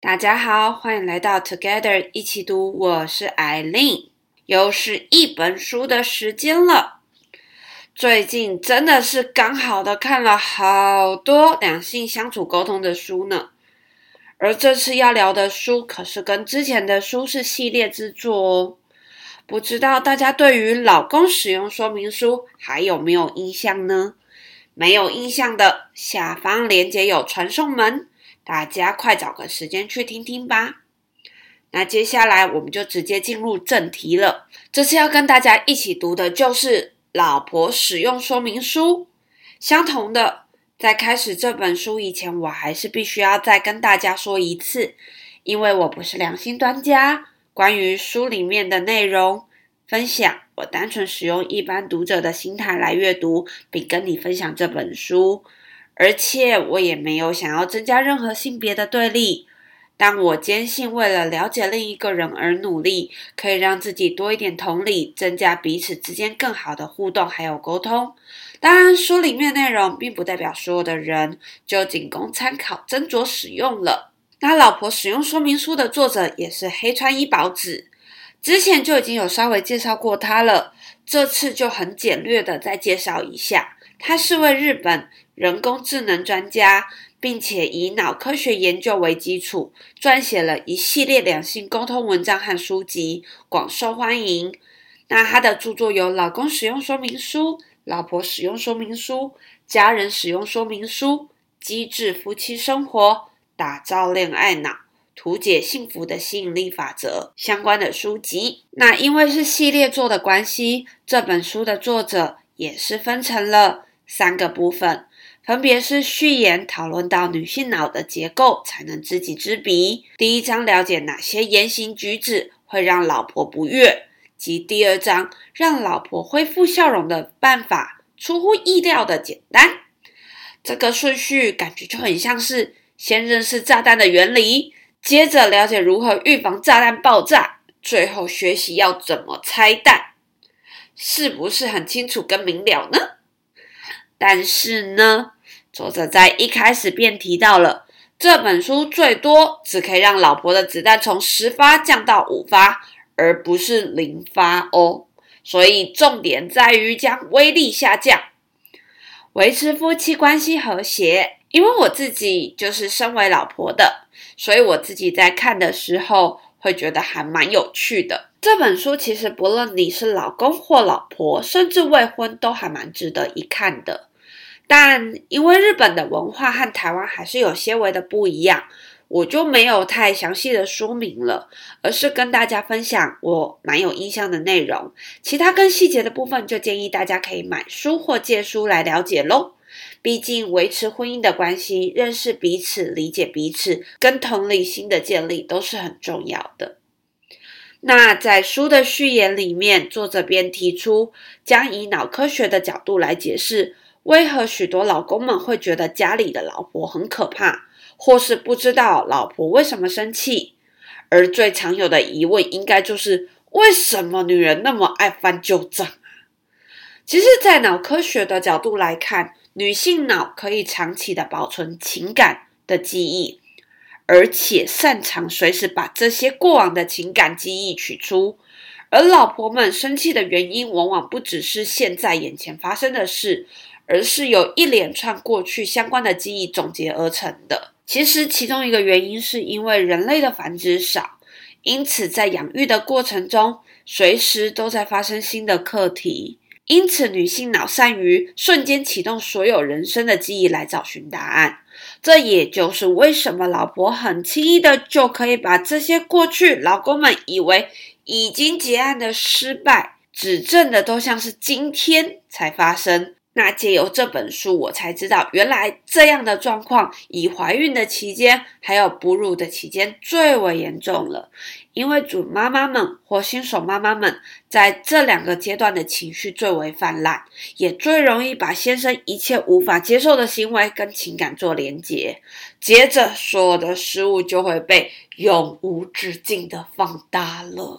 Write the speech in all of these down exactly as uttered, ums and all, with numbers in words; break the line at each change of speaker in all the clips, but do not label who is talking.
大家好，欢迎来到 Together 一起读，我是艾琳，又是一本书的时间了。最近真的是刚好的看了好多两性相处沟通的书呢，而这次要聊的书可是跟之前的书是系列制作哦。不知道大家对于老公使用说明书还有没有印象呢？没有印象的，下方连结有传送门，大家快找个时间去听听吧。那接下来我们就直接进入正题了。这次要跟大家一起读的就是老婆使用说明书。相同的，在开始这本书以前，我还是必须要再跟大家说一次，因为我不是良心专家，关于书里面的内容分享，我单纯使用一般读者的心态来阅读，并跟你分享这本书。而且我也没有想要增加任何性别的对立，但我坚信为了了解另一个人而努力，可以让自己多一点同理，增加彼此之间更好的互动还有沟通。当然，书里面内容并不代表所有的人，就仅供参考斟酌使用了。那老婆使用说明书的作者也是黑川一保子，之前就已经有稍微介绍过他了，这次就很简略的再介绍一下。他是位日本人工智能专家，并且以脑科学研究为基础，撰写了一系列两性沟通文章和书籍，广受欢迎。那他的著作有《老公使用说明书》、《老婆使用说明书》、《家人使用说明书》、《机智夫妻生活》、《打造恋爱脑》、《图解幸福的吸引力法则》相关的书籍。那因为是系列作的关系，这本书的作者也是分成了三个部分，分别是序言讨论到女性脑的结构才能知己知彼，第一章了解哪些言行举止会让老婆不悦，及第二章让老婆恢复笑容的办法出乎意料的简单。这个顺序感觉就很像是先认识炸弹的原理，接着了解如何预防炸弹爆炸，最后学习要怎么拆弹，是不是很清楚跟明了呢？但是呢，作者在一开始便提到了，这本书最多只可以让老婆的子弹从十发降到五发，而不是零发哦。所以重点在于将威力下降，维持夫妻关系和谐。因为我自己就是身为老婆的，所以我自己在看的时候会觉得还蛮有趣的。这本书其实不论你是老公或老婆，甚至未婚，都还蛮值得一看的。但因为日本的文化和台湾还是有些微的不一样，我就没有太详细的说明了，而是跟大家分享我蛮有印象的内容。其他更细节的部分就建议大家可以买书或借书来了解咯。毕竟维持婚姻的关系，认识彼此，理解彼此，跟同理心的建立都是很重要的。那在书的序言里面，作者便提出将以脑科学的角度来解释为何许多老公们会觉得家里的老婆很可怕，或是不知道老婆为什么生气。而最常有的疑问应该就是为什么女人那么爱翻旧账啊？其实在脑科学的角度来看，女性脑可以长期的保存情感的记忆，而且擅长随时把这些过往的情感记忆取出。而老婆们生气的原因往往不只是现在眼前发生的事，而是有一连串过去相关的记忆总结而成的。其实其中一个原因是因为人类的繁殖少，因此在养育的过程中随时都在发生新的课题，因此女性脑善于瞬间启动所有人生的记忆来找寻答案。这也就是为什么老婆很轻易的就可以把这些过去老公们以为已经结案的失败指证的都像是今天才发生。那借由这本书，我才知道原来这样的状况以怀孕的期间还有哺乳的期间最为严重了，因为准妈妈们或新手妈妈们在这两个阶段的情绪最为泛滥，也最容易把先生一切无法接受的行为跟情感做连结，接着所有的失误就会被永无止境的放大了。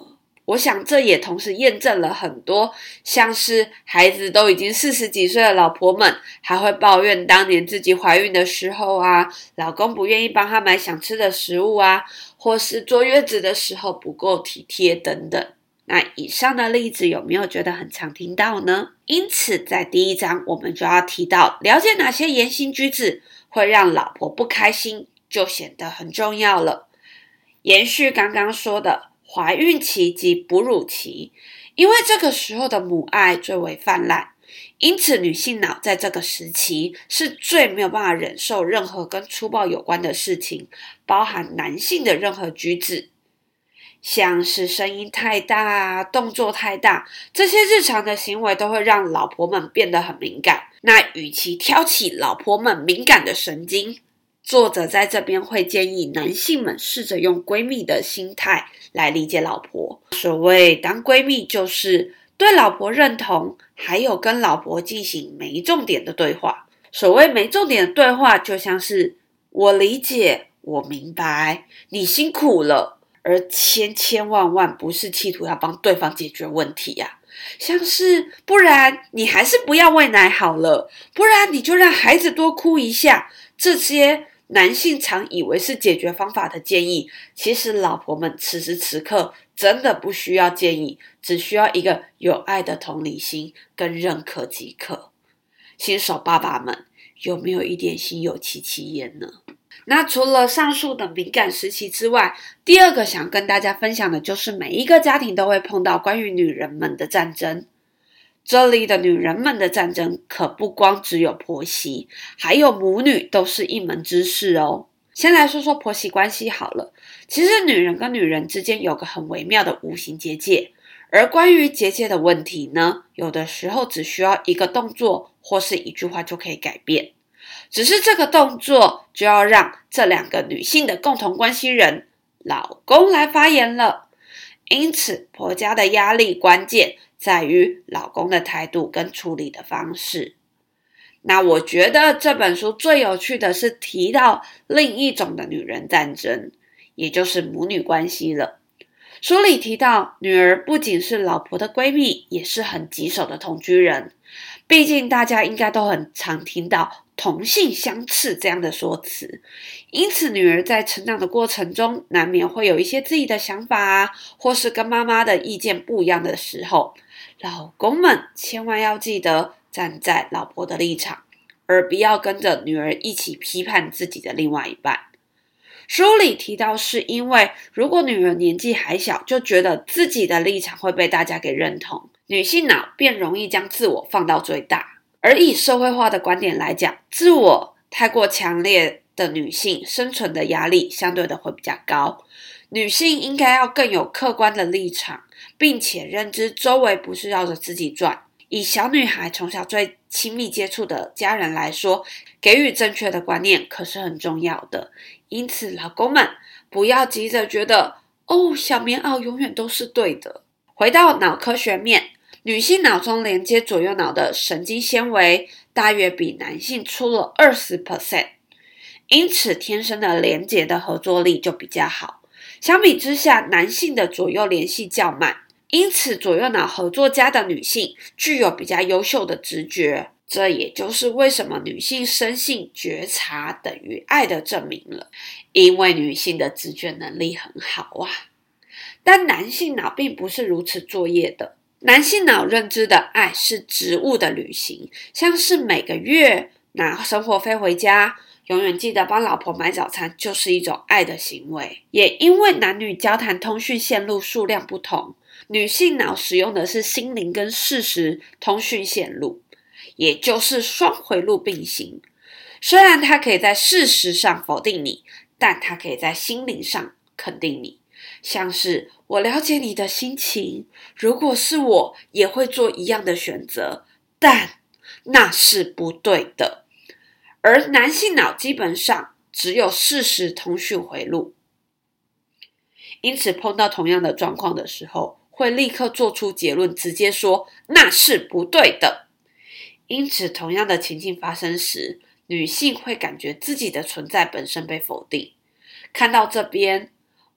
我想这也同时验证了很多，像是孩子都已经四十几岁的老婆们，还会抱怨当年自己怀孕的时候啊，老公不愿意帮她买想吃的食物啊，或是坐月子的时候不够体贴等等。那以上的例子有没有觉得很常听到呢？因此在第一章我们就要提到，了解哪些言行举止会让老婆不开心，就显得很重要了。延续刚刚说的怀孕期及哺乳期，因为这个时候的母爱最为泛滥，因此女性脑在这个时期是最没有办法忍受任何跟粗暴有关的事情，包含男性的任何举止，像是声音太大、动作太大，这些日常的行为都会让老婆们变得很敏感。那与其挑起老婆们敏感的神经，作者在这边会建议男性们试着用闺蜜的心态来理解老婆。所谓当闺蜜，就是对老婆认同，还有跟老婆进行没重点的对话。所谓没重点的对话，就像是我理解，我明白，你辛苦了，而千千万万不是企图要帮对方解决问题呀、啊。像是不然你还是不要喂奶好了，不然你就让孩子多哭一下，这些男性常以为是解决方法的建议，其实老婆们此时此刻真的不需要建议，只需要一个有爱的同理心跟认可即可。新手爸爸们有没有一点心有戚戚焉呢？那除了上述的敏感时期之外，第二个想跟大家分享的就是每一个家庭都会碰到关于女人们的战争。这里的女人们的战争可不光只有婆媳，还有母女都是一门之事哦。先来说说婆媳关系好了，其实女人跟女人之间有个很微妙的无形结界，而关于结界的问题呢，有的时候只需要一个动作或是一句话就可以改变。只是这个动作就要让这两个女性的共同关系人老公来发言了，因此婆家的压力关键在于老公的态度跟处理的方式。那我觉得这本书最有趣的是提到另一种的女人战争，也就是母女关系了。书里提到，女儿不仅是老婆的闺蜜，也是很棘手的同居人。毕竟大家应该都很常听到同性相斥这样的说辞，因此女儿在成长的过程中，难免会有一些自己的想法啊，或是跟妈妈的意见不一样的时候，老公们千万要记得站在老婆的立场，而不要跟着女儿一起批判自己的另外一半。书里提到，是因为如果女人年纪还小，就觉得自己的立场会被大家给认同，女性脑便容易将自我放到最大。而以社会化的观点来讲，自我太过强烈的女性生存的压力相对的会比较高。女性应该要更有客观的立场，并且认知周围不是绕着自己转。以小女孩从小最亲密接触的家人来说，给予正确的观念可是很重要的。因此老公们不要急着觉得哦，小棉袄永远都是对的。回到脑科学面，女性脑中连接左右脑的神经纤维大约比男性出了 百分之二十， 因此天生的连接的合作力就比较好。相比之下，男性的左右联系较慢，因此左右脑合作佳的女性具有比较优秀的直觉，这也就是为什么女性深信觉察等于爱的证明了，因为女性的直觉能力很好啊。但男性脑并不是如此作业的，男性脑认知的爱是职务的履行，像是每个月拿生活费回家，永远记得帮老婆买早餐，就是一种爱的行为。也因为男女交谈通讯线路数量不同，女性脑使用的是心灵跟事实通讯线路，也就是双回路并行。虽然它可以在事实上否定你，但它可以在心灵上肯定你。像是我了解你的心情，如果是我也会做一样的选择，但那是不对的。而男性脑基本上只有事实通讯回路，因此碰到同样的状况的时候，会立刻做出结论，直接说那是不对的。因此同样的情境发生时，女性会感觉自己的存在本身被否定。看到这边，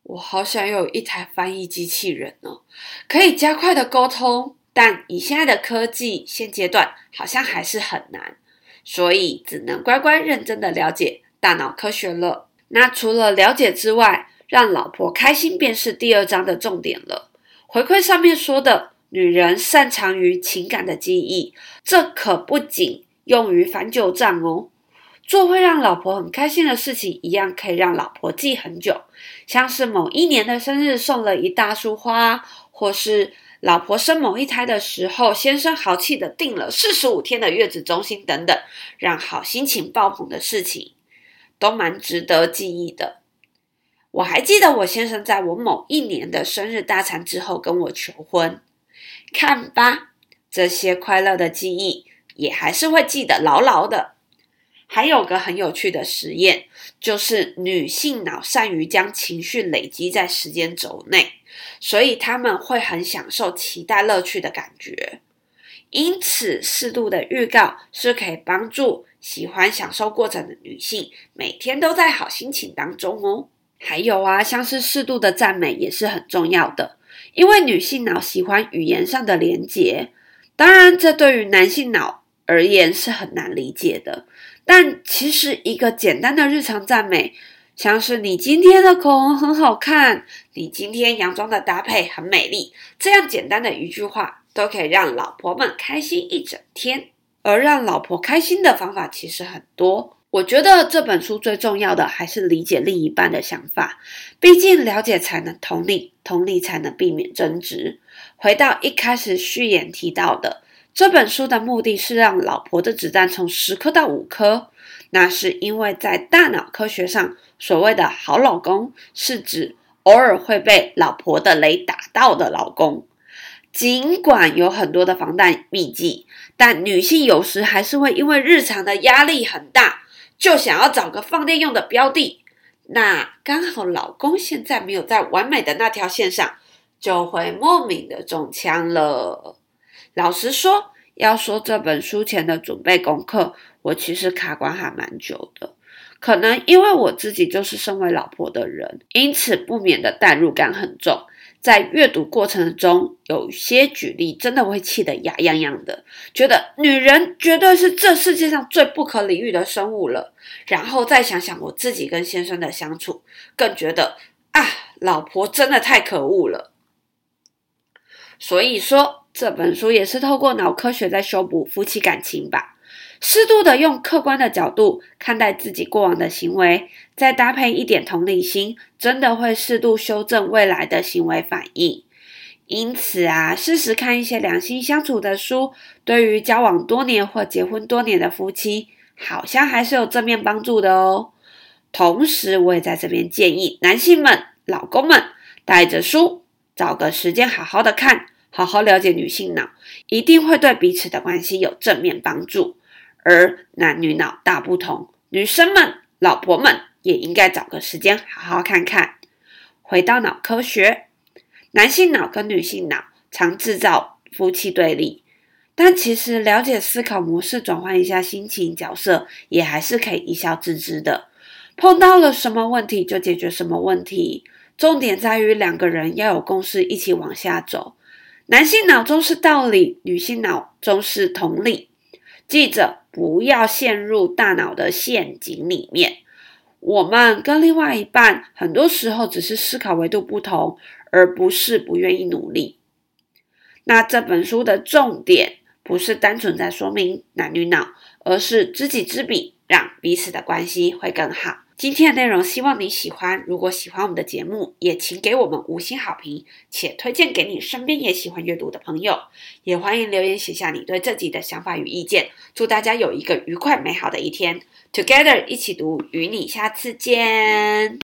我好想有一台翻译机器人哦，可以加快的沟通，但以现在的科技，现阶段好像还是很难，所以只能乖乖认真的了解大脑科学了。那除了了解之外，让老婆开心便是第二章的重点了。回馈上面说的，女人擅长于情感的记忆，这可不仅用于翻旧账哦。做会让老婆很开心的事情，一样可以让老婆记很久，像是某一年的生日送了一大束花，或是老婆生某一胎的时候，先生豪气的订了四十五天的月子中心等等，让好心情爆棚的事情，都蛮值得记忆的。我还记得我先生在我某一年的生日大餐之后跟我求婚，看吧，这些快乐的记忆也还是会记得牢牢的。还有个很有趣的实验，就是女性脑善于将情绪累积在时间轴内，所以她们会很享受期待乐趣的感觉。因此，适度的预告是可以帮助喜欢享受过程的女性每天都在好心情当中哦。还有啊，像是适度的赞美也是很重要的，因为女性脑喜欢语言上的连结，当然这对于男性脑而言是很难理解的。但其实一个简单的日常赞美，像是你今天的口红很好看，你今天洋装的搭配很美丽，这样简单的一句话都可以让老婆们开心一整天。而让老婆开心的方法其实很多，我觉得这本书最重要的还是理解另一半的想法，毕竟了解才能同理，同理才能避免争执。回到一开始序言提到的，这本书的目的是让老婆的子弹从十颗到五颗，那是因为在大脑科学上，所谓的好老公是指偶尔会被老婆的雷打到的老公。尽管有很多的防弹秘技，但女性有时还是会因为日常的压力很大，就想要找个放电用的标的，那刚好老公现在没有在完美的那条线上，就会莫名的中枪了。老实说，要说这本书前的准备功课，我其实卡关还蛮久的。可能因为我自己就是身为老婆的人，因此不免的代入感很重。在阅读过程中，有些举例真的会气得牙痒痒的，觉得女人绝对是这世界上最不可理喻的生物了。然后再想想我自己跟先生的相处，更觉得啊，老婆真的太可恶了。所以说，这本书也是透过脑科学在修补夫妻感情吧。适度的用客观的角度看待自己过往的行为，再搭配一点同理心，真的会适度修正未来的行为反应。因此啊，适时看一些两性相处的书，对于交往多年或结婚多年的夫妻，好像还是有正面帮助的哦。同时，我也在这边建议男性们、老公们带着书，找个时间好好的看，好好了解女性脑，一定会对彼此的关系有正面帮助。而男女脑大不同，女生们、老婆们也应该找个时间好好看看。回到脑科学，男性脑跟女性脑常制造夫妻对立，但其实了解思考模式，转换一下心情角色，也还是可以一笑置之的。碰到了什么问题就解决什么问题，重点在于两个人要有共识，一起往下走。男性脑重视道理，女性脑重视同理。记着，不要陷入大脑的陷阱里面。我们跟另外一半很多时候只是思考维度不同，而不是不愿意努力。那这本书的重点不是单纯在说明男女脑，而是知己知彼，让彼此的关系会更好。今天的内容希望你喜欢，如果喜欢我们的节目，也请给我们五星好评，且推荐给你身边也喜欢阅读的朋友。也欢迎留言写下你对这集的想法与意见。祝大家有一个愉快美好的一天。Together 一起读，与你下次见。